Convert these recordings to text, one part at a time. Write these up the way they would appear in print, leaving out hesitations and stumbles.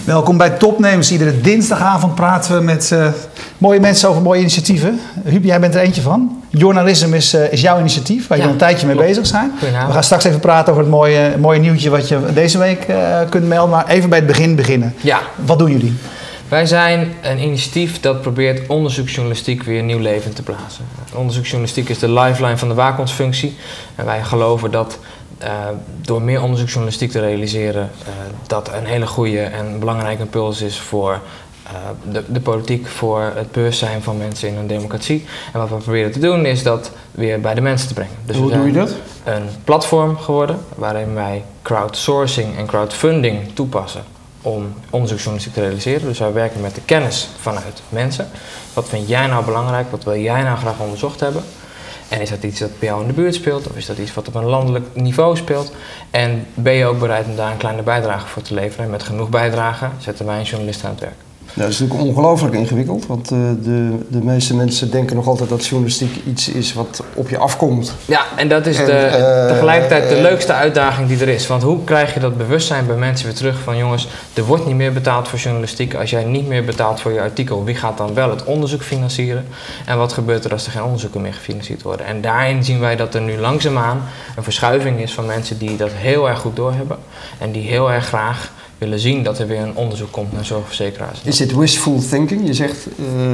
Welkom bij Topnemers. Iedere dinsdagavond praten we met mooie mensen over mooie initiatieven. Huub, jij bent er eentje van. Journalisme is jouw initiatief, waar je al een tijdje mee bezig bent. We gaan straks even praten over het mooie nieuwtje wat je deze week kunt melden. Maar even bij het begin beginnen. Ja. Wat doen jullie? Wij zijn een initiatief dat probeert onderzoeksjournalistiek weer nieuw leven te blazen. Onderzoeksjournalistiek is de lifeline van de waakhondsfunctie. En wij geloven dat door meer onderzoeksjournalistiek te realiseren, dat een hele goede en belangrijke impuls is voor de politiek, voor het bewustzijn van mensen in een democratie. En wat we proberen te doen is dat weer bij de mensen te brengen. Dus hoe doe je dat? Een platform geworden waarin wij crowdsourcing en crowdfunding toepassen om onderzoeksjournalistiek te realiseren. Dus wij werken met de kennis vanuit mensen. Wat vind jij nou belangrijk? Wat wil jij nou graag onderzocht hebben? En is dat iets dat bij jou in de buurt speelt? Of is dat iets wat op een landelijk niveau speelt? En ben je ook bereid om daar een kleine bijdrage voor te leveren? En met genoeg bijdrage zetten wij een journalist aan het werk. Ja, dat is natuurlijk ongelooflijk ingewikkeld, want de meeste mensen denken nog altijd dat journalistiek iets is wat op je afkomt. Ja, en dat is tegelijkertijd de leukste uitdaging die er is. Want hoe krijg je dat bewustzijn bij mensen weer terug van jongens, er wordt niet meer betaald voor journalistiek. Als jij niet meer betaalt voor je artikel, wie gaat dan wel het onderzoek financieren? En wat gebeurt er als er geen onderzoeken meer gefinancierd worden? En daarin zien wij dat er nu langzaamaan een verschuiving is van mensen die dat heel erg goed doorhebben. En die heel erg graag willen zien dat er weer een onderzoek komt naar zorgverzekeraars. Is dit wishful thinking? Je zegt,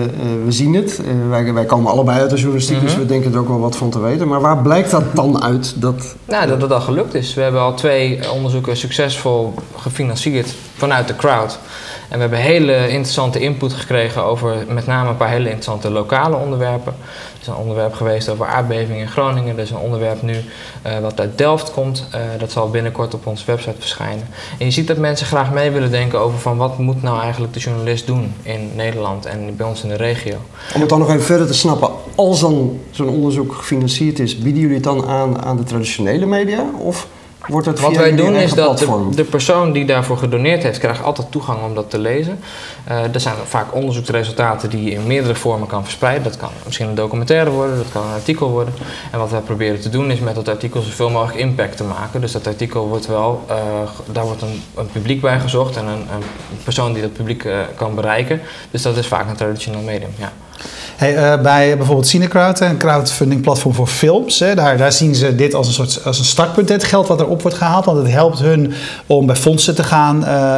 we zien het. Wij komen allebei uit de journalistiek, dus we denken er ook wel wat van te weten. Maar waar blijkt dat dan uit? Nou, dat het al gelukt is. We hebben al 2 onderzoeken succesvol gefinancierd vanuit de crowd. En we hebben hele interessante input gekregen over met name een paar hele interessante lokale onderwerpen. Er is een onderwerp geweest over aardbevingen in Groningen. Er is een onderwerp nu wat uit Delft komt. Dat zal binnenkort op onze website verschijnen. En je ziet dat mensen graag mee willen denken over van wat moet nou eigenlijk de journalist doen in Nederland en bij ons in de regio. Om het dan nog even verder te snappen, als dan zo'n onderzoek gefinancierd is, bieden jullie het dan aan de traditionele media? Of wordt het wat via wij doen is dat platform? de persoon die daarvoor gedoneerd heeft, krijgt altijd toegang om dat te lezen. Er zijn vaak onderzoeksresultaten die je in meerdere vormen kan verspreiden. Dat kan misschien een documentaire worden, dat kan een artikel worden. En wat wij proberen te doen is met dat artikel zoveel mogelijk impact te maken. Dus dat artikel wordt wel, daar wordt een publiek bij gezocht en een persoon die dat publiek kan bereiken. Dus dat is vaak een traditioneel medium, ja. Hey, bij bijvoorbeeld Cinecrowd, een crowdfunding platform voor films, daar zien ze dit als een startpunt, het geld wat erop wordt gehaald. Want het helpt hun om bij fondsen te gaan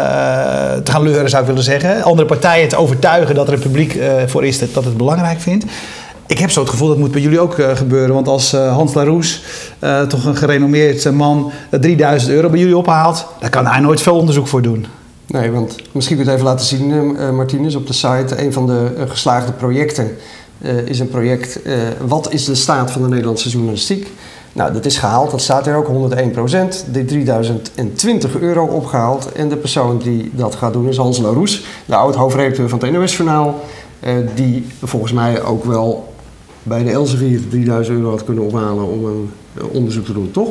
leuren, zou ik willen zeggen. Andere partijen te overtuigen dat er een publiek voor is dat het belangrijk vindt. Ik heb zo het gevoel dat moet bij jullie ook gebeuren. Want als Hans Laroes, toch een gerenommeerd man, €3000 bij jullie ophaalt, dan kan hij nooit veel onderzoek voor doen. Nee, want misschien kun je het even laten zien, Martinez, op de site. Een van de geslaagde projecten is een project, wat is de staat van de Nederlandse journalistiek? Nou, dat is gehaald, dat staat er ook, 101%. De €3020 opgehaald. En de persoon die dat gaat doen is Hans Laroes, de oud-hoofdredacteur van het NOS-journaal. Die volgens mij ook wel bij de Elsevier €3000 had kunnen ophalen om een onderzoek te doen, toch?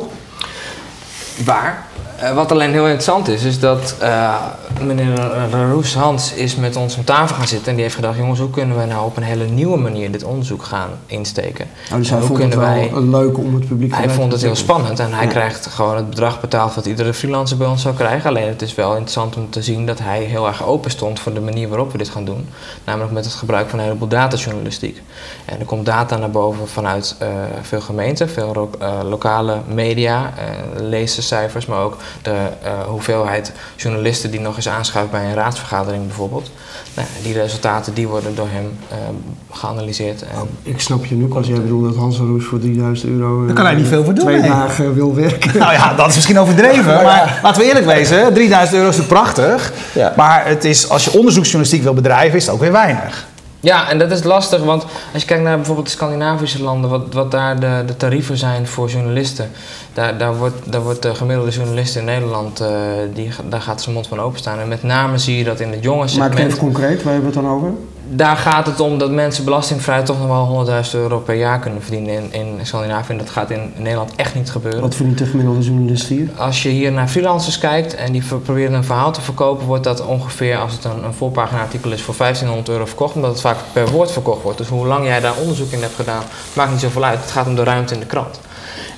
Waar? Wat alleen heel interessant is dat meneer Laroes Hans is met ons om tafel gaan zitten en die heeft gedacht, jongens, hoe kunnen wij nou op een hele nieuwe manier dit onderzoek gaan insteken? Dus hij vond het wel leuk om het publiek te Hij vond het heel spannend en hij krijgt gewoon het bedrag betaald wat iedere freelancer bij ons zou krijgen. Alleen het is wel interessant om te zien dat hij heel erg open stond voor de manier waarop we dit gaan doen. Namelijk met het gebruik van een heleboel datajournalistiek. En er komt data naar boven vanuit veel gemeenten, veel lokale media, lezerscijfers, maar ook de hoeveelheid journalisten die nog eens aanschuift bij een raadsvergadering bijvoorbeeld. Nou, die resultaten die worden door hem geanalyseerd. En ik snap je nu als jij bedoelt dat Hans Laroes voor €3000 daar kan hij niet veel voor doen. 2 dagen wil werken. Nou ja, dat is misschien overdreven. Maar laten we eerlijk wezen, €3000 is prachtig. Ja. Maar het is, als je onderzoeksjournalistiek wil bedrijven, is het ook weer weinig. Ja, en dat is lastig, want als je kijkt naar bijvoorbeeld de Scandinavische landen, wat daar de tarieven zijn voor journalisten, daar wordt de gemiddelde journalist in Nederland, daar gaat zijn mond van openstaan. En met name zie je dat in het jonge segment. Maar even concreet, waar hebben we het dan over? Daar gaat het om dat mensen belastingvrij toch nog wel €100.000 per jaar kunnen verdienen in Scandinavië. En dat gaat in Nederland echt niet gebeuren. Wat verdient de gemiddelde journalist hier? Als je hier naar freelancers kijkt en die proberen een verhaal te verkopen, wordt dat ongeveer, als het een voorpagina artikel is, voor €1500 verkocht. Omdat het vaak per woord verkocht wordt. Dus hoe lang jij daar onderzoek in hebt gedaan, maakt niet zoveel uit. Het gaat om de ruimte in de krant.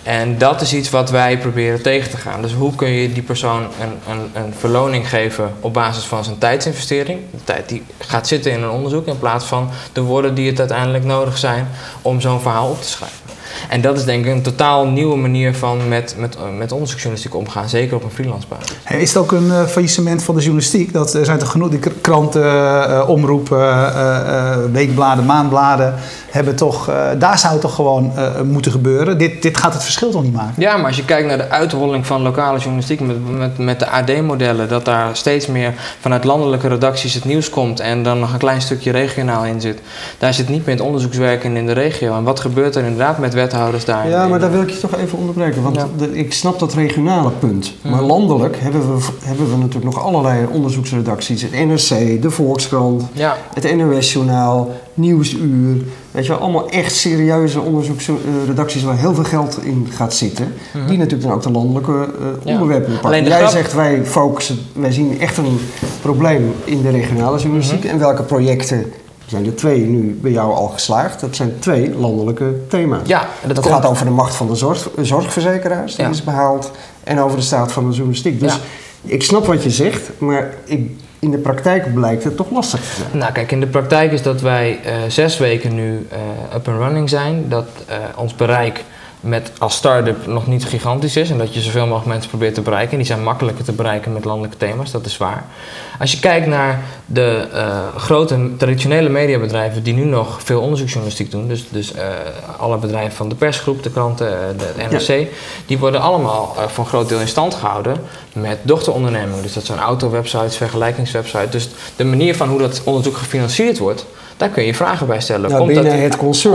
En dat is iets wat wij proberen tegen te gaan. Dus hoe kun je die persoon een verloning geven op basis van zijn tijdsinvestering? De tijd die gaat zitten in een onderzoek in plaats van de woorden die het uiteindelijk nodig zijn om zo'n verhaal op te schrijven. En dat is denk ik een totaal nieuwe manier van met onderzoeksjournalistiek omgaan, zeker op een freelance basis. Hey, is het ook een faillissement van de journalistiek? Dat er zijn toch genoeg, die kranten, omroepen, weekbladen, maandbladen, hebben toch, daar zou het toch gewoon moeten gebeuren. Dit gaat het verschil toch niet maken? Ja, maar als je kijkt naar de uitrolling van lokale journalistiek met de AD-modellen, dat daar steeds meer vanuit landelijke redacties het nieuws komt en dan nog een klein stukje regionaal in zit. Daar zit niet meer het onderzoekswerk in de regio. En wat gebeurt er inderdaad met wethouders daar? Ja, maar daar wil ik je toch even onderbreken. Want ik snap dat regionale punt. Maar landelijk hebben we natuurlijk nog allerlei onderzoeksredacties. Het NRC, de Volkskrant, het NOS-journaal, Nieuwsuur. Weet je wel, allemaal echt serieuze onderzoeksredacties waar heel veel geld in gaat zitten. Die natuurlijk dan ook de landelijke onderwerpen pakken. Jij zegt wij zien echt een probleem in de regionale journalistiek. En welke projecten? Er zijn er 2 nu bij jou al geslaagd. Dat zijn 2 landelijke thema's. Ja, dat gaat over de macht van de zorgverzekeraars, die is behaald. En over de staat van de journalistiek. Dus ik snap wat je zegt, maar in de praktijk blijkt het toch lastig te zijn. Nou kijk, in de praktijk is dat wij 6 weken nu up and running zijn. Dat ons bereik met als start-up nog niet gigantisch is en dat je zoveel mogelijk mensen probeert te bereiken. En die zijn makkelijker te bereiken met landelijke thema's, dat is waar. Als je kijkt naar de grote traditionele mediabedrijven die nu nog veel onderzoeksjournalistiek doen, dus alle bedrijven van de persgroep, de kranten, de NRC, die worden allemaal voor een groot deel in stand gehouden met dochterondernemingen. Dus dat zijn autowebsites, vergelijkingswebsites. Dus de manier van hoe dat onderzoek gefinancierd wordt, daar kun je vragen bij stellen. Nou, het concern.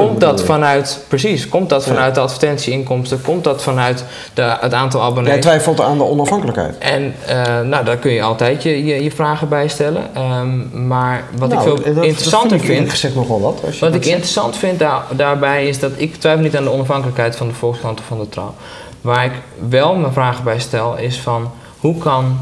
Komt dat vanuit de advertentieinkomsten? Komt dat vanuit het aantal abonnees? Jij twijfelt aan de onafhankelijkheid. En daar kun je altijd je vragen bij stellen. Maar wat ik veel interessanter vind... Gezegd nogal wat. Wat ik interessant vind daarbij is dat ik twijfel niet aan de onafhankelijkheid van de Volkskrant of van de Trouw. Waar ik wel mijn vragen bij stel is van hoe kan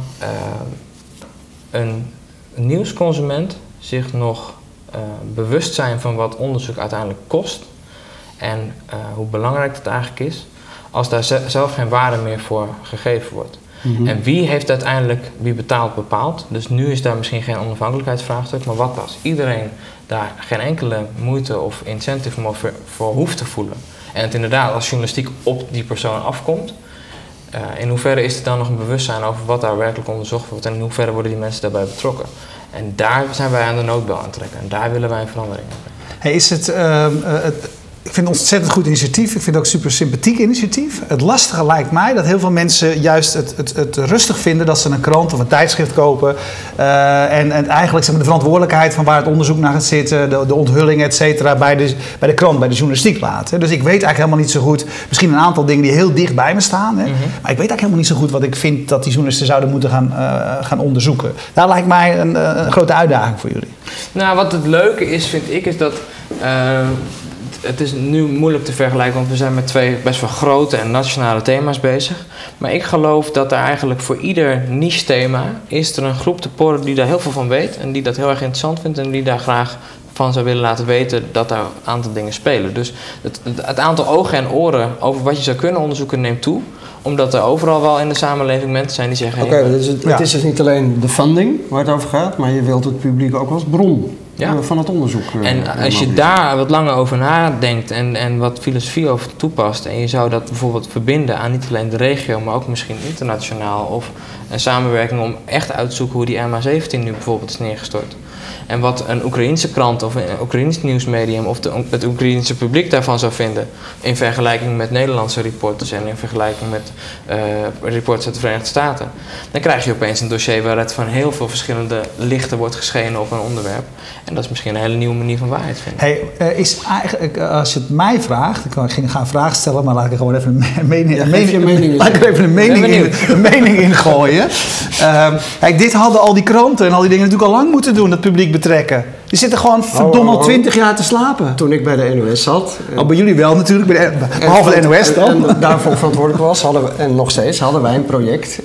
een nieuwsconsument zich nog bewust zijn van wat onderzoek uiteindelijk kost en hoe belangrijk het eigenlijk is, als daar zelf geen waarde meer voor gegeven wordt. En wie betaalt bepaalt. Dus nu is daar misschien geen onafhankelijkheidsvraagstuk, maar wat als iedereen daar geen enkele moeite of incentive voor hoeft te voelen en het inderdaad als journalistiek op die persoon afkomt, in hoeverre is er dan nog een bewustzijn over wat daar werkelijk onderzocht wordt en in hoeverre worden die mensen daarbij betrokken? En daar zijn wij aan de noodbel aan het trekken. En daar willen wij een verandering in brengen. Hey, is het, ik vind het een ontzettend goed initiatief. Ik vind het ook een super sympathiek initiatief. Het lastige lijkt mij dat heel veel mensen juist het rustig vinden dat ze een krant of een tijdschrift kopen. En eigenlijk zeg maar, de verantwoordelijkheid van waar het onderzoek naar gaat zitten, de onthulling, et cetera, bij de krant, bij de journalistiek laten. Dus ik weet eigenlijk helemaal niet zo goed, misschien een aantal dingen die heel dicht bij me staan. Hè, maar ik weet eigenlijk helemaal niet zo goed wat ik vind dat die journalisten zouden moeten gaan onderzoeken. Daar lijkt mij een grote uitdaging voor jullie. Nou, wat het leuke is, vind ik, is dat het is nu moeilijk te vergelijken, want we zijn met 2 best wel grote en nationale thema's bezig. Maar ik geloof dat er eigenlijk voor ieder niche thema is er een groep te porren die daar heel veel van weet en die dat heel erg interessant vindt en die daar graag van zou willen laten weten dat daar een aantal dingen spelen. Dus het aantal ogen en oren over wat je zou kunnen onderzoeken neemt toe, omdat er overal wel in de samenleving mensen zijn die zeggen... Oké, dus het is dus niet alleen de funding waar het over gaat, maar je wilt het publiek ook als bron van het onderzoek. En als je daar wat langer over nadenkt en wat filosofie over toepast en je zou dat bijvoorbeeld verbinden aan niet alleen de regio, maar ook misschien internationaal of een samenwerking om echt uit te zoeken hoe die MH17 nu bijvoorbeeld is neergestort. En wat een Oekraïense krant of een Oekraïens nieuwsmedium of het Oekraïense publiek daarvan zou vinden in vergelijking met Nederlandse reporters en in vergelijking met reporters uit de Verenigde Staten. Dan krijg je opeens een dossier waar het van heel veel verschillende lichten wordt geschenen op een onderwerp. En dat is misschien een hele nieuwe manier van waarheid vinden. Hey, is eigenlijk, als je het mij vraagt, ik ga een vraag stellen, maar laat ik er gewoon even een mening in gooien. Kijk, dit hadden al die kranten en al die dingen natuurlijk al lang moeten doen, dat publiek betrekken. Die zitten gewoon verdomme al 20 jaar te slapen. Toen ik bij de NOS zat... bij jullie wel natuurlijk, behalve de NOS dan. En daarvoor verantwoordelijk was, en nog steeds, hadden wij een project.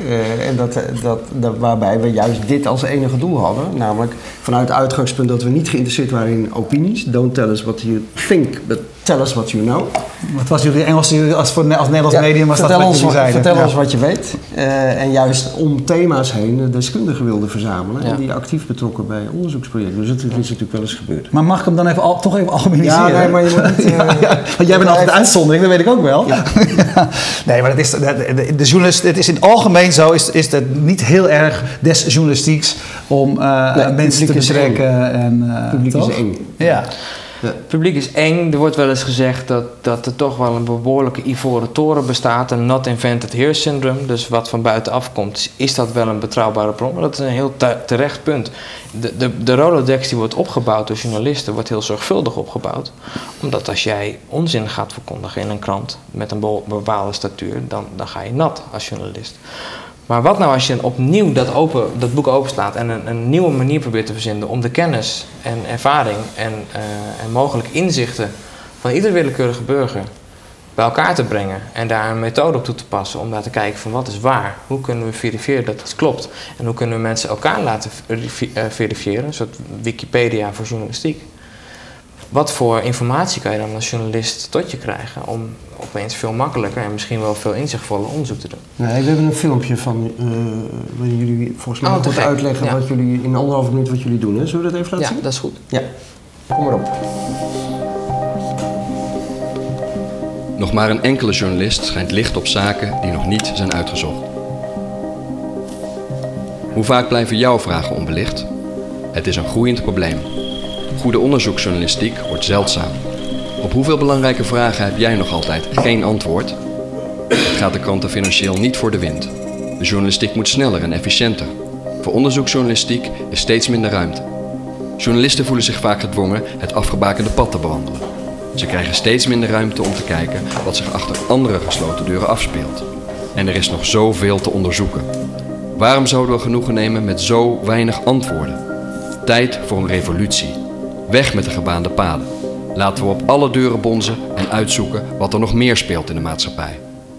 Waarbij we juist dit als enige doel hadden. Namelijk vanuit het uitgangspunt dat we niet geïnteresseerd waren in opinies. Don't tell us what you think, but Tell us what you know. Wat was jullie Engels als Nederlands medium? Was vertel dat wat ons, jullie zeiden? vertel ons wat je weet. En juist om thema's heen deskundigen wilde verzamelen. En die actief betrokken bij onderzoeksprojecten. Dus het is natuurlijk wel eens gebeurd. Maar mag ik hem dan toch even algemeniseren? Ja, nee, maar je moet niet... want jij bent altijd de uitzondering, dat weet ik ook wel. Ja. Nee, maar de journalist, het is in het algemeen zo, is het niet heel erg des journalistieks om mensen te betrekken. Publiek is eng. Ja. Het publiek is eng. Er wordt wel eens gezegd dat er toch wel een behoorlijke ivoren toren bestaat. Een not invented here syndrome. Dus wat van buitenaf komt, is dat wel een betrouwbare bron? Maar dat is een heel terecht punt. De Rolodex die wordt opgebouwd door journalisten, wordt heel zorgvuldig opgebouwd. Omdat als jij onzin gaat verkondigen in een krant met een bepaalde statuur, dan ga je nat als journalist. Maar wat nou als je opnieuw dat boek openslaat en een nieuwe manier probeert te verzinnen om de kennis en ervaring en mogelijk inzichten van iedere willekeurige burger bij elkaar te brengen en daar een methode op toe te passen om daar te kijken van wat is waar, hoe kunnen we verifiëren dat het klopt en hoe kunnen we mensen elkaar laten verifiëren, een soort Wikipedia voor journalistiek. Wat voor informatie kan je dan als journalist tot je krijgen om opeens veel makkelijker en misschien wel veel inzichtvoller onderzoek te doen? Nee, we hebben een filmpje van waarin jullie volgens mij goed uitleggen wat jullie in 1,5 minuut wat jullie doen. Hè? Zullen we dat even laten zien? Ja, dat is goed. Ja, kom maar op. Nog maar een enkele journalist schijnt licht op zaken die nog niet zijn uitgezocht. Hoe vaak blijven jouw vragen onbelicht? Het is een groeiend probleem. Goede onderzoeksjournalistiek wordt zeldzaam. Op hoeveel belangrijke vragen heb jij nog altijd geen antwoord? Het gaat de kranten financieel niet voor de wind. De journalistiek moet sneller en efficiënter. Voor onderzoeksjournalistiek is steeds minder ruimte. Journalisten voelen zich vaak gedwongen het afgebakende pad te bewandelen. Ze krijgen steeds minder ruimte om te kijken wat zich achter andere gesloten deuren afspeelt. En er is nog zoveel te onderzoeken. Waarom zouden we genoegen nemen met zo weinig antwoorden? Tijd voor een revolutie. Weg met de gebaande paden. Laten we op alle deuren bonzen en uitzoeken wat er nog meer speelt in de maatschappij.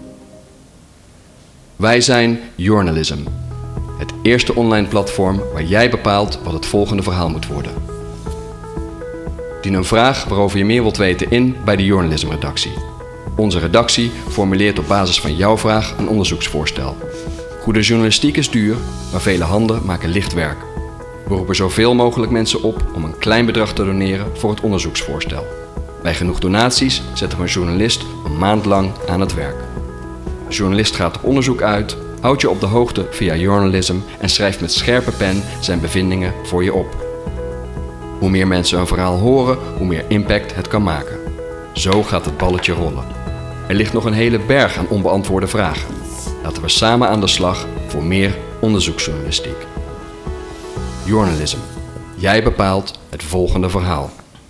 Wij zijn Journalism. Het eerste online platform waar jij bepaalt wat het volgende verhaal moet worden. Dien een vraag waarover je meer wilt weten in bij de Journalism-redactie. Onze redactie formuleert op basis van jouw vraag een onderzoeksvoorstel. Goede journalistiek is duur, maar vele handen maken licht werk. We roepen zoveel mogelijk mensen op om een klein bedrag te doneren voor het onderzoeksvoorstel. Bij genoeg donaties zetten we een journalist een maand lang aan het werk. De journalist gaat op onderzoek uit, houdt je op de hoogte via Journalism en schrijft met scherpe pen zijn bevindingen voor je op. Hoe meer mensen een verhaal horen, hoe meer impact het kan maken. Zo gaat het balletje rollen. Er ligt nog een hele berg aan onbeantwoorde vragen. Laten we samen aan de slag voor meer onderzoeksjournalistiek. Journalism. Jij bepaalt het volgende verhaal.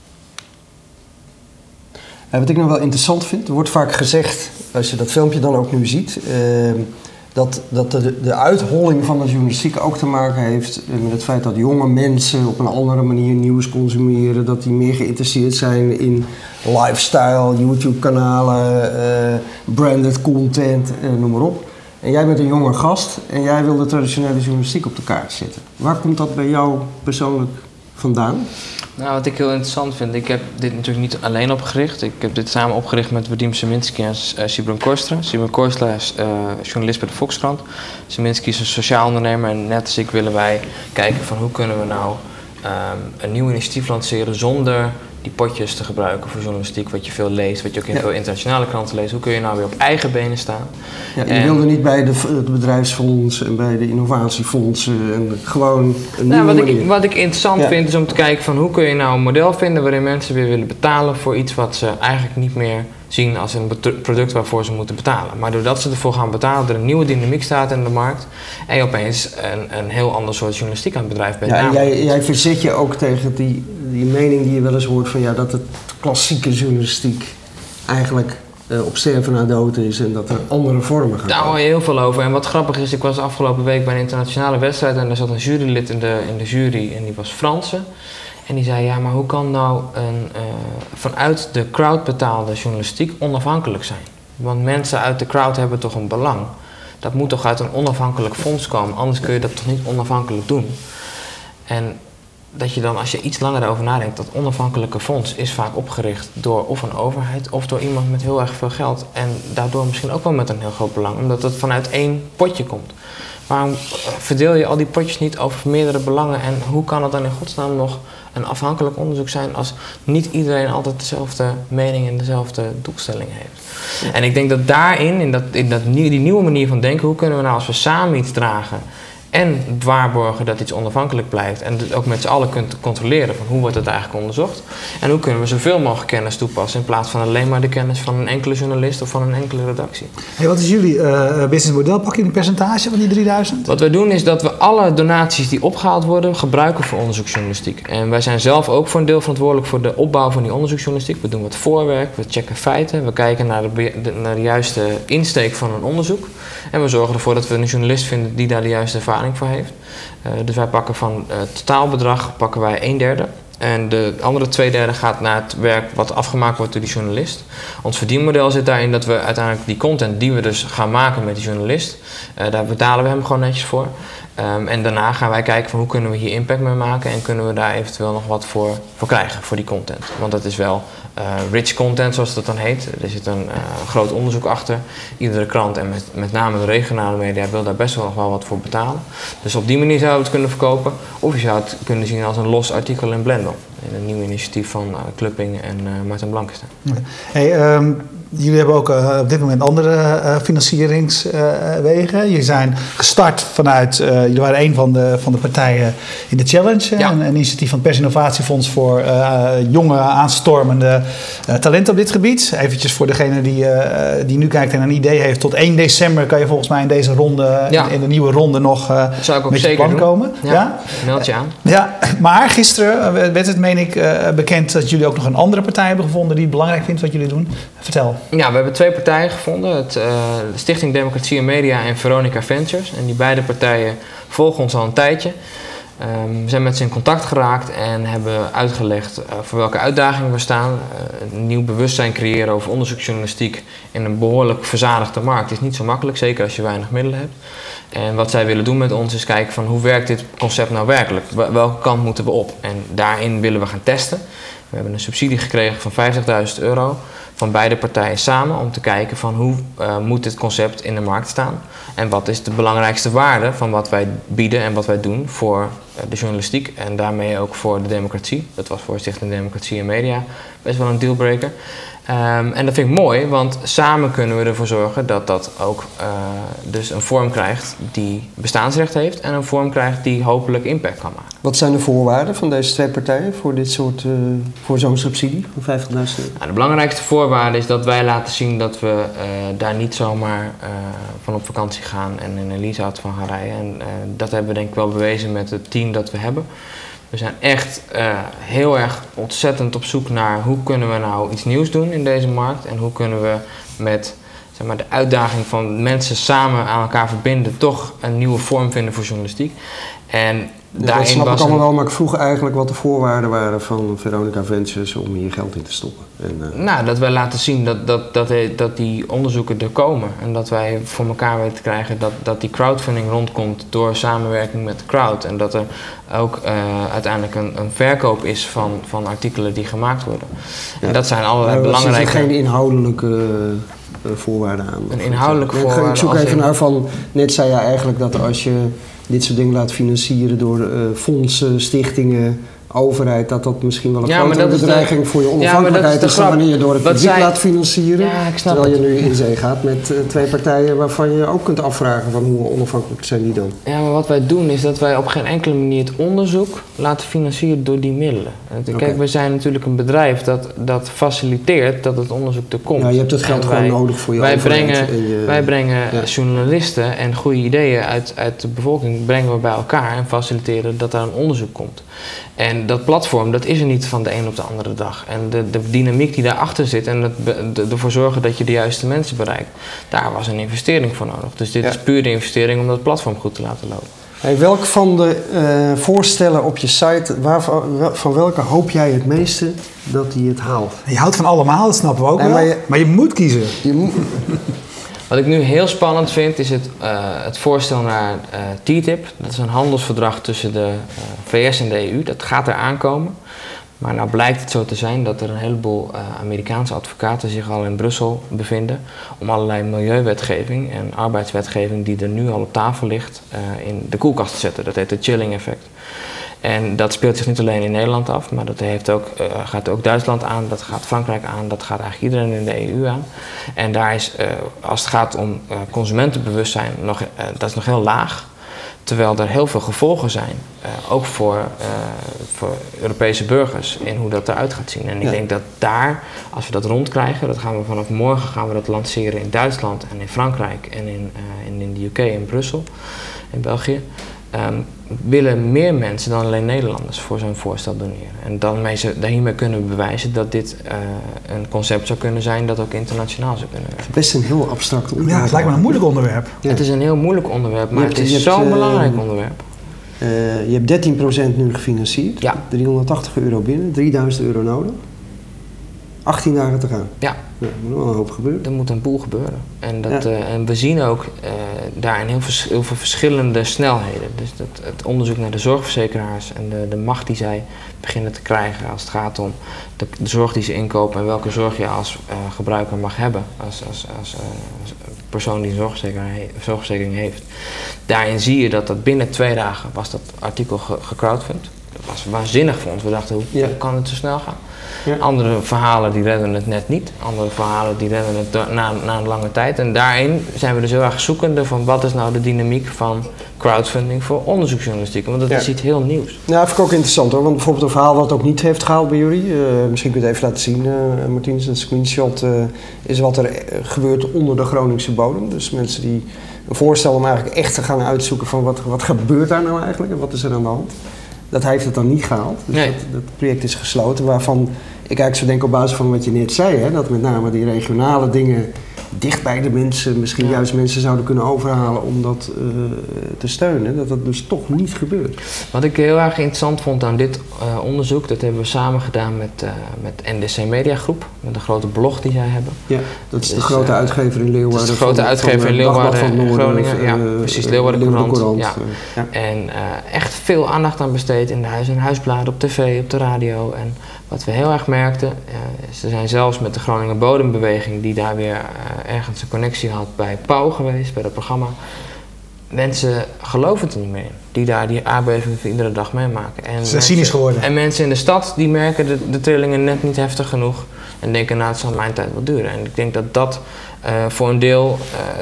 Wat ik nog wel interessant vind, er wordt vaak gezegd, als je dat filmpje dan ook nu ziet, dat de uitholling van de journalistiek ook te maken heeft met het feit dat jonge mensen op een andere manier nieuws consumeren, dat die meer geïnteresseerd zijn in lifestyle, YouTube-kanalen, branded content, noem maar op. En jij bent een jonge gast en jij wil de traditionele journalistiek op de kaart zetten. Waar komt dat bij jou persoonlijk vandaan? Nou, wat ik heel interessant vind, ik heb dit natuurlijk niet alleen opgericht. Ik heb dit samen opgericht met Vadim Seminski en Sibren Kooistra. Sibren Kooistra is journalist bij de Volkskrant. Seminski is een sociaal ondernemer en net als ik willen wij kijken van hoe kunnen we nou een nieuw initiatief lanceren zonder die potjes te gebruiken voor journalistiek, wat je veel leest, wat je ook in veel internationale kranten leest. Hoe kun je nou weer op eigen benen staan? Ja, je wilde niet bij het bedrijfsfonds en bij de innovatiefondsen en gewoon een nieuwe manier. Wat ik interessant vind is om te kijken van hoe kun je nou een model vinden waarin mensen weer willen betalen voor iets wat ze eigenlijk niet meer zien als een product waarvoor ze moeten betalen. Maar doordat ze ervoor gaan betalen, er een nieuwe dynamiek staat in de markt en je opeens een heel ander soort journalistiek aan het bedrijf bent. Ja, en jij verzet je ook tegen die mening die je wel eens hoort van dat het klassieke journalistiek eigenlijk op sterven na dood is en dat er andere vormen gaan komen. Daar hoor je heel veel over. En wat grappig is, ik was afgelopen week bij een internationale wedstrijd en daar zat een jurylid in de jury en die was Franse. En die zei, ja, maar hoe kan nou vanuit de crowd betaalde journalistiek onafhankelijk zijn? Want mensen uit de crowd hebben toch een belang. Dat moet toch uit een onafhankelijk fonds komen, anders kun je dat toch niet onafhankelijk doen. En dat je dan, als je iets langer erover nadenkt, dat onafhankelijke fonds is vaak opgericht door of een overheid of door iemand met heel erg veel geld. En daardoor misschien ook wel met een heel groot belang, omdat het vanuit één potje komt. Waarom verdeel je al die potjes niet over meerdere belangen en hoe kan het dan in godsnaam nog een afhankelijk onderzoek zijn als niet iedereen altijd dezelfde mening en dezelfde doelstelling heeft? En ik denk dat daarin, die nieuwe manier van denken, hoe kunnen we nou als we samen iets dragen en waarborgen dat iets onafhankelijk blijft en het ook met z'n allen kunt controleren van hoe wordt het eigenlijk onderzocht en hoe kunnen we zoveel mogelijk kennis toepassen in plaats van alleen maar de kennis van een enkele journalist of van een enkele redactie. Hey, wat is jullie businessmodel? Pak je een percentage van die 3000? Wat wij doen is dat we alle donaties die opgehaald worden gebruiken voor onderzoeksjournalistiek. En wij zijn zelf ook voor een deel verantwoordelijk voor de opbouw van die onderzoeksjournalistiek. We doen wat voorwerk, we checken feiten, we kijken naar de juiste insteek van een onderzoek. En we zorgen ervoor dat we een journalist vinden die daar de juiste ervaring voor heeft. Dus wij pakken van het totaalbedrag pakken wij 1/3. En de andere 2/3 gaat naar het werk wat afgemaakt wordt door die journalist. Ons verdienmodel zit daarin dat we uiteindelijk die content die we dus gaan maken met die journalist, daar betalen we hem gewoon netjes voor. En daarna gaan wij kijken van hoe kunnen we hier impact mee maken en kunnen we daar eventueel nog wat voor krijgen, voor die content. Want dat is wel rich content, zoals dat dan heet. Er zit een groot onderzoek achter. Iedere krant en met name de regionale media wil daar best wel nog wel wat voor betalen. Dus op die manier zou je het kunnen verkopen. Of je zou het kunnen zien als een los artikel in Blendel. Een nieuw initiatief van Clupping en Martin Blankenstein. Hey, jullie hebben ook op dit moment andere financieringswegen. Jullie zijn gestart vanuit, jullie waren een van de partijen in de Challenge. Ja. Een initiatief van het Persinnovatiefonds voor jonge aanstormende talenten op dit gebied. Eventjes voor degene die nu kijkt en een idee heeft. Tot 1 december kan je volgens mij in deze ronde, in de nieuwe ronde nog zou ik ook met je zeker plan doen. komen. Ja, meld je aan. Ja, maar gisteren werd het, meen ik, bekend dat jullie ook nog een andere partij hebben gevonden die het belangrijk vindt wat jullie doen. Vertel. Ja, we hebben 2 partijen gevonden. De Stichting Democratie en Media en Veronica Ventures. En die beide partijen volgen ons al een tijdje. We zijn met ze in contact geraakt en hebben uitgelegd voor welke uitdagingen we staan. Een nieuw bewustzijn creëren over onderzoeksjournalistiek in een behoorlijk verzadigde markt is niet zo makkelijk, zeker als je weinig middelen hebt. En wat zij willen doen met ons is kijken van hoe werkt dit concept nou werkelijk? Welke kant moeten we op? En daarin willen we gaan testen. We hebben een subsidie gekregen van €50.000 van beide partijen samen om te kijken van hoe moet dit concept in de markt staan en wat is de belangrijkste waarde van wat wij bieden en wat wij doen voor de journalistiek en daarmee ook voor de democratie. Dat was voor Stichting Democratie en Media best wel een dealbreaker. En dat vind ik mooi, want samen kunnen we ervoor zorgen dat dat ook dus een vorm krijgt die bestaansrecht heeft en een vorm krijgt die hopelijk impact kan maken. Wat zijn de voorwaarden van deze 2 partijen voor dit soort, voor zo'n subsidie van €50.000? Nou, de belangrijkste voorwaarde is dat wij laten zien dat we daar niet zomaar van op vakantie gaan en in een leaseauto van gaan rijden. En dat hebben we denk ik wel bewezen met het team dat we hebben. We zijn echt heel erg ontzettend op zoek naar hoe kunnen we nou iets nieuws doen in deze markt en hoe kunnen we met zeg maar, de uitdaging van mensen samen aan elkaar verbinden toch een nieuwe vorm vinden voor journalistiek. En dat snap ik allemaal wel, maar ik vroeg eigenlijk wat de voorwaarden waren van Veronica Ventures om hier geld in te stoppen. Nou, dat wij laten zien dat die onderzoeken er komen en dat wij voor elkaar weten te krijgen dat die crowdfunding rondkomt door samenwerking met de crowd en dat er ook uiteindelijk een verkoop is van artikelen die gemaakt worden. Ja. En dat zijn allerlei belangrijke... Er zitten geen inhoudelijke voorwaarden aan? Een inhoudelijke voorwaarde... Ik zoek even naar van, net zei je eigenlijk dat als je dit soort dingen laat financieren door fondsen, stichtingen, overheid, dat misschien wel een grotere bedreiging voor je onafhankelijkheid is dan wanneer je door het publiek laat financieren. Ja, terwijl je nu in zee gaat met 2 partijen waarvan je ook kunt afvragen van hoe onafhankelijk zijn die dan. Ja, maar wat wij doen is dat wij op geen enkele manier het onderzoek laten financieren door die middelen. Kijk, we zijn natuurlijk een bedrijf dat faciliteert dat het onderzoek er komt. Ja, je hebt het geld gewoon nodig voor je overheid. Wij brengen journalisten en goede ideeën uit de bevolking brengen we bij elkaar en faciliteren dat daar een onderzoek komt. En dat platform, dat is er niet van de een op de andere dag. En de dynamiek die daarachter zit en ervoor zorgen dat je de juiste mensen bereikt, daar was een investering voor nodig. Dus dit is puur de investering om dat platform goed te laten lopen. Hey, welk van de voorstellen op je site, van welke hoop jij het meeste dat hij het haalt? Je houdt van allemaal, dat snappen we ook wel. Maar je moet kiezen. Wat ik nu heel spannend vind is het voorstel naar TTIP. Dat is een handelsverdrag tussen de VS en de EU. Dat gaat er aankomen. Maar nou blijkt het zo te zijn dat er een heleboel Amerikaanse advocaten zich al in Brussel bevinden om allerlei milieuwetgeving en arbeidswetgeving die er nu al op tafel ligt in de koelkast te zetten. Dat heet het chilling effect. En dat speelt zich niet alleen in Nederland af, maar dat gaat ook Duitsland aan, dat gaat Frankrijk aan, dat gaat eigenlijk iedereen in de EU aan. En daar is, als het gaat om consumentenbewustzijn, dat is nog heel laag. Terwijl er heel veel gevolgen zijn, ook voor Europese burgers, in hoe dat eruit gaat zien. En ik denk dat daar, als we dat rondkrijgen, dat gaan we vanaf morgen lanceren in Duitsland en in Frankrijk en in de UK, in Brussel, in België. Willen meer mensen dan alleen Nederlanders voor zo'n voorstel doneren. En hiermee kunnen we bewijzen dat dit een concept zou kunnen zijn dat ook internationaal zou kunnen werken. Best een heel abstract onderwerp. Ja, het lijkt me een moeilijk onderwerp. Ja. Het is een heel moeilijk onderwerp, maar het is zo'n belangrijk onderwerp. Je hebt 13% nu gefinancierd, ja. €380 binnen, €3000 nodig. 18 dagen te gaan. Ja. Er moet wel een hoop gebeuren. Er moet een boel gebeuren. En we zien ook daarin heel veel verschillende snelheden. Dus het onderzoek naar de zorgverzekeraars en de macht die zij beginnen te krijgen als het gaat om de zorg die ze inkopen en welke zorg je als gebruiker mag hebben, als persoon die een zorgverzekering heeft. Daarin zie je dat binnen 2 dagen was dat artikel gecrowdfund. Dat was waanzinnig voor ons. We dachten, hoe kan het zo snel gaan? Ja. Andere verhalen die redden het net niet. Andere verhalen die redden het na een lange tijd. En daarin zijn we dus heel erg zoekende van wat is nou de dynamiek van crowdfunding voor onderzoeksjournalistiek. Want dat is iets heel nieuws. Ja, dat vind ik ook interessant hoor. Want bijvoorbeeld een verhaal wat ook niet heeft gehaald bij jullie. Misschien kun je het even laten zien, Martinus. Een screenshot is wat er gebeurt onder de Groningse bodem. Dus mensen die een voorstel om eigenlijk echt te gaan uitzoeken van wat gebeurt daar nou eigenlijk en wat is er aan de hand. Dat heeft het dan niet gehaald. Dus nee. dat project is gesloten. Waarvan ik eigenlijk zo denk op basis van wat je net zei. Hè, dat met name die regionale dingen dicht bij de mensen. Misschien juist mensen zouden kunnen overhalen om dat te steunen. Dat dat dus toch niet gebeurt. Wat ik heel erg interessant vond aan dit onderzoek. Dat hebben we samen gedaan met NDC Media Groep. Met een grote blog die zij hebben. Ja, dat is de grote uitgever in Leeuwarden. Dat is de grote uitgever in Leeuwarden en Groningen. Ja, precies, Leeuwarden Courant. Ja. Ja. En echt veel aandacht aan besteed in de huisbladen, op tv, op de radio. En wat we heel erg merkten, ze zijn zelfs met de Groninger Bodembeweging, die daar weer ergens een connectie had bij Pauw geweest, bij dat programma. Mensen geloven het er niet meer in, die daar die aardbevingen iedere dag meemaken. Ze zijn cynisch geworden. En mensen in de stad, die merken de trillingen net niet heftig genoeg en denken, nou, het zal mijn tijd wel duren. En ik denk dat dat voor een deel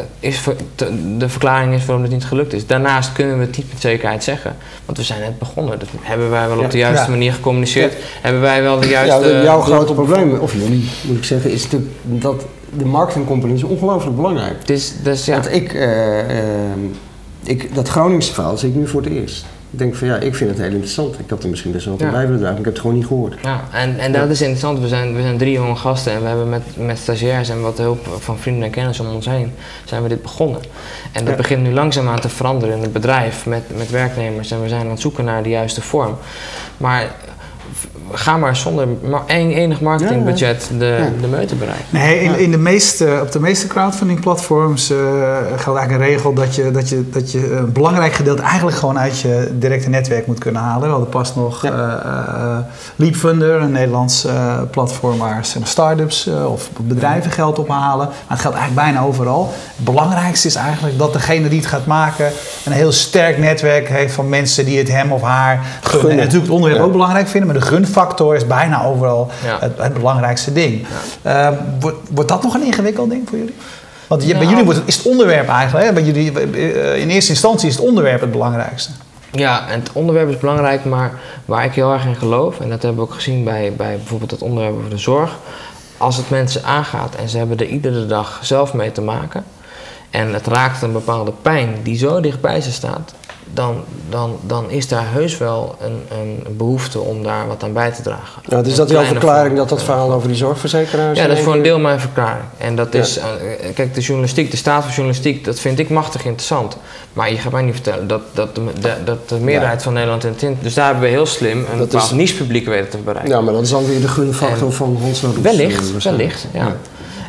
de verklaring is waarom het niet gelukt is. Daarnaast kunnen we het niet met zekerheid zeggen. Want we zijn net begonnen. Dat hebben wij wel op de juiste manier gecommuniceerd? Ja. Hebben wij wel de juiste... Ja, jouw grote probleem, of jullie moet ik zeggen, is natuurlijk dat de marketingcomponent is ongelooflijk belangrijk. Dus ja. Want dat Groningse verhaal zie ik nu voor het eerst. Ik denk van ik vind het heel interessant. Ik had er misschien best wel wat bij willen dragen, maar ik heb het gewoon niet gehoord. Ja, en dat is interessant. We zijn 3 jonge gasten en we hebben met stagiairs en wat hulp van vrienden en kennis om ons heen zijn we dit begonnen. En dat begint nu langzaamaan te veranderen in het bedrijf met werknemers en we zijn aan het zoeken naar de juiste vorm. Maar ga maar zonder enig marketingbudget de meute bereiken. Nee, op de meeste crowdfunding platforms geldt eigenlijk een regel dat je een belangrijk gedeelte eigenlijk gewoon uit je directe netwerk moet kunnen halen. We hadden pas nog Leapfunder, een Nederlands platform waar start-ups of bedrijven geld ophalen. Maar het geldt eigenlijk bijna overal. Het belangrijkste is eigenlijk dat degene die het gaat maken een heel sterk netwerk heeft van mensen die het hem of haar gunnen. En natuurlijk het onderwerp ook belangrijk vinden, maar de gunfactor is bijna overal het belangrijkste ding. Ja. Wordt dat nog een ingewikkeld ding voor jullie? Want bij jullie is het onderwerp eigenlijk, hè? Bij jullie, in eerste instantie is het onderwerp het belangrijkste. Ja, en het onderwerp is belangrijk, maar waar ik heel erg in geloof, en dat hebben we ook gezien bij bijvoorbeeld het onderwerp over de zorg, als het mensen aangaat en ze hebben er iedere dag zelf mee te maken en het raakt een bepaalde pijn die zo dichtbij ze staat, dan is daar heus wel een behoefte om daar wat aan bij te dragen. Ja, dus dat jouw verklaring dat verhaal over die zorgverzekeraars... Ja, dat is voor een deel mijn verklaring. En dat is, kijk, de journalistiek, de staat van journalistiek, dat vind ik machtig interessant. Maar je gaat mij niet vertellen dat de meerderheid van Nederland in het in... Dus daar hebben we heel slim een bepaald niche-publiek weten te bereiken. Ja, maar dat is dan weer de gunfactor van Hans Laroes. Wellicht, ja.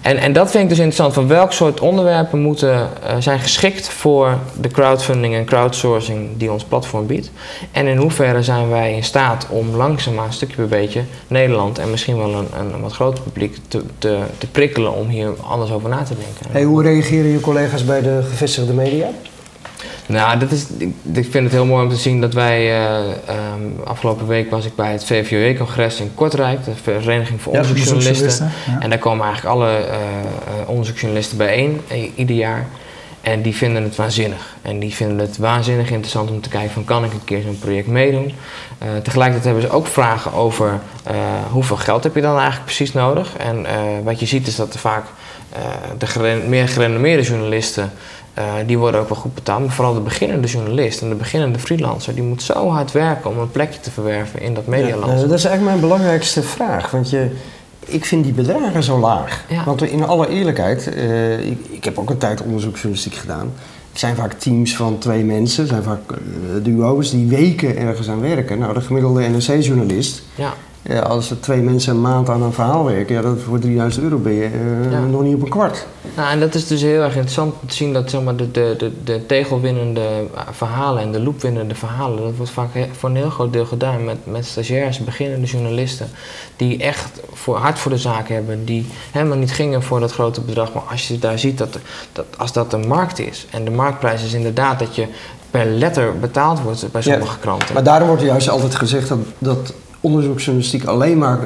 En dat vind ik dus interessant. Van welk soort onderwerpen zijn geschikt voor de crowdfunding en crowdsourcing die ons platform biedt. En in hoeverre zijn wij in staat om langzaamaan, stukje bij beetje, Nederland en misschien wel een wat groter publiek te prikkelen om hier anders over na te denken. Hey, hoe reageren je collega's bij de gevestigde media? Nou, ik vind het heel mooi om te zien dat wij... afgelopen week was ik bij het VVOE-congres in Kortrijk, de Vereniging voor Onderzoeksjournalisten. Ja. En daar komen eigenlijk alle onderzoeksjournalisten bijeen, ieder jaar. En die vinden het waanzinnig. En die vinden het waanzinnig interessant om te kijken van, kan ik een keer zo'n project meedoen? Tegelijkertijd hebben ze ook vragen over hoeveel geld heb je dan eigenlijk precies nodig? En wat je ziet is dat er vaak de meer gerenommeerde journalisten, die worden ook wel goed betaald. Maar vooral de beginnende journalist en de beginnende freelancer, die moet zo hard werken om een plekje te verwerven in dat medialand. Dat is eigenlijk mijn belangrijkste vraag. Want ik vind die bedragen zo laag. Ja. Want in alle eerlijkheid, ik heb ook een tijd onderzoeksjournalistiek gedaan. Het zijn vaak teams van 2 mensen, het zijn vaak duo's die weken ergens aan werken. Nou, de gemiddelde NRC-journalist, als er 2 mensen een maand aan een verhaal werken, dat voor €3000 ben je nog niet op een kwart. Nou, en dat is dus heel erg interessant te zien dat, zeg maar, de tegelwinnende verhalen en de loopwinnende verhalen, dat wordt vaak voor een heel groot deel gedaan met stagiairs, beginnende journalisten, die echt hard voor de zaak hebben, die helemaal niet gingen voor dat grote bedrag. Maar als je daar ziet dat als dat een markt is, en de marktprijs is inderdaad dat je per letter betaald wordt bij sommige kranten. Maar daarom wordt juist altijd gezegd dat onderzoeksjournalistiek alleen maar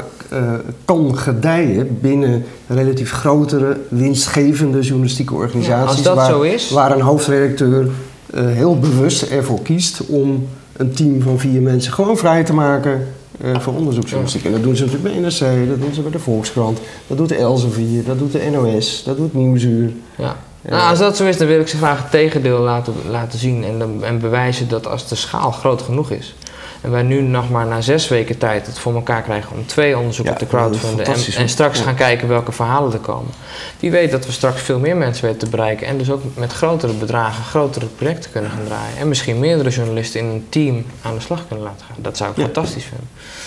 kan gedijen binnen relatief grotere, winstgevende journalistieke organisaties. Ja, als dat zo is, waar een hoofdredacteur heel bewust ervoor kiest om een team van 4 mensen gewoon vrij te maken voor onderzoeksjournalistiek. En dat doen ze natuurlijk bij NRC, dat doen ze bij de Volkskrant, dat doet de Elsevier, dat doet de NOS, dat doet Nieuwsuur. Ja. Nou, als dat zo is, dan wil ik ze graag het tegendeel laten zien en bewijzen dat als de schaal groot genoeg is, en wij nu nog maar na 6 weken tijd het voor elkaar krijgen om 2 onderzoeken te crowdfunden en straks gaan kijken welke verhalen er komen. Wie weet dat we straks veel meer mensen weten te bereiken en dus ook met grotere bedragen grotere projecten kunnen gaan draaien. En misschien meerdere journalisten in een team aan de slag kunnen laten gaan. Dat zou ik fantastisch vinden.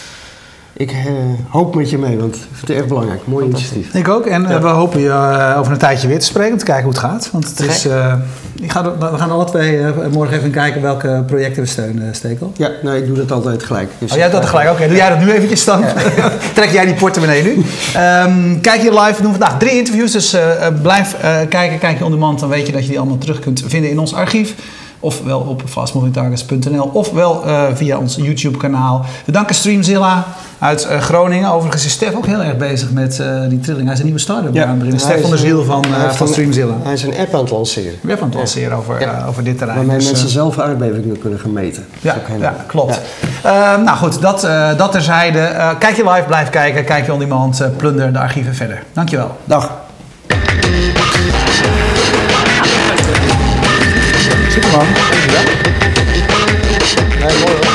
Ik hoop met je mee, want ik vind het erg belangrijk. Mooi initiatief. Ik ook. En we hopen je over een tijdje weer te spreken om te kijken hoe het gaat. Want het is, we gaan alle 2 morgen even kijken welke projecten we steunen, Stekel. Ja, nou, ik doe dat altijd gelijk. Dus jij doet dat gelijk? Oké, doe jij dat nu eventjes dan? Ja. Trek jij die portemonnee nu? Kijk je live. We doen vandaag 3 interviews, dus blijf kijken. Kijk je on demand, dan weet je dat je die allemaal terug kunt vinden in ons archief. Ofwel op fastmovingtargets.nl, ofwel via ons YouTube-kanaal. We danken Streamzilla uit Groningen. Overigens is Stef ook heel erg bezig met die trilling. Hij is een nieuwe start-up aan het beginnen. Stef van der Ziel van Streamzilla. Hij is een app aan het lanceren. Een app aan het lanceren over dit terrein. Waarmee mensen zelf aardbevingen kunnen gaan meten. Ja, klopt. Ja. Nou goed, dat terzijde. Kijk je live, blijf kijken. Kijk je on demand, plunder de archieven verder. Dankjewel. Dag. Superman. Nee, mooi hoor.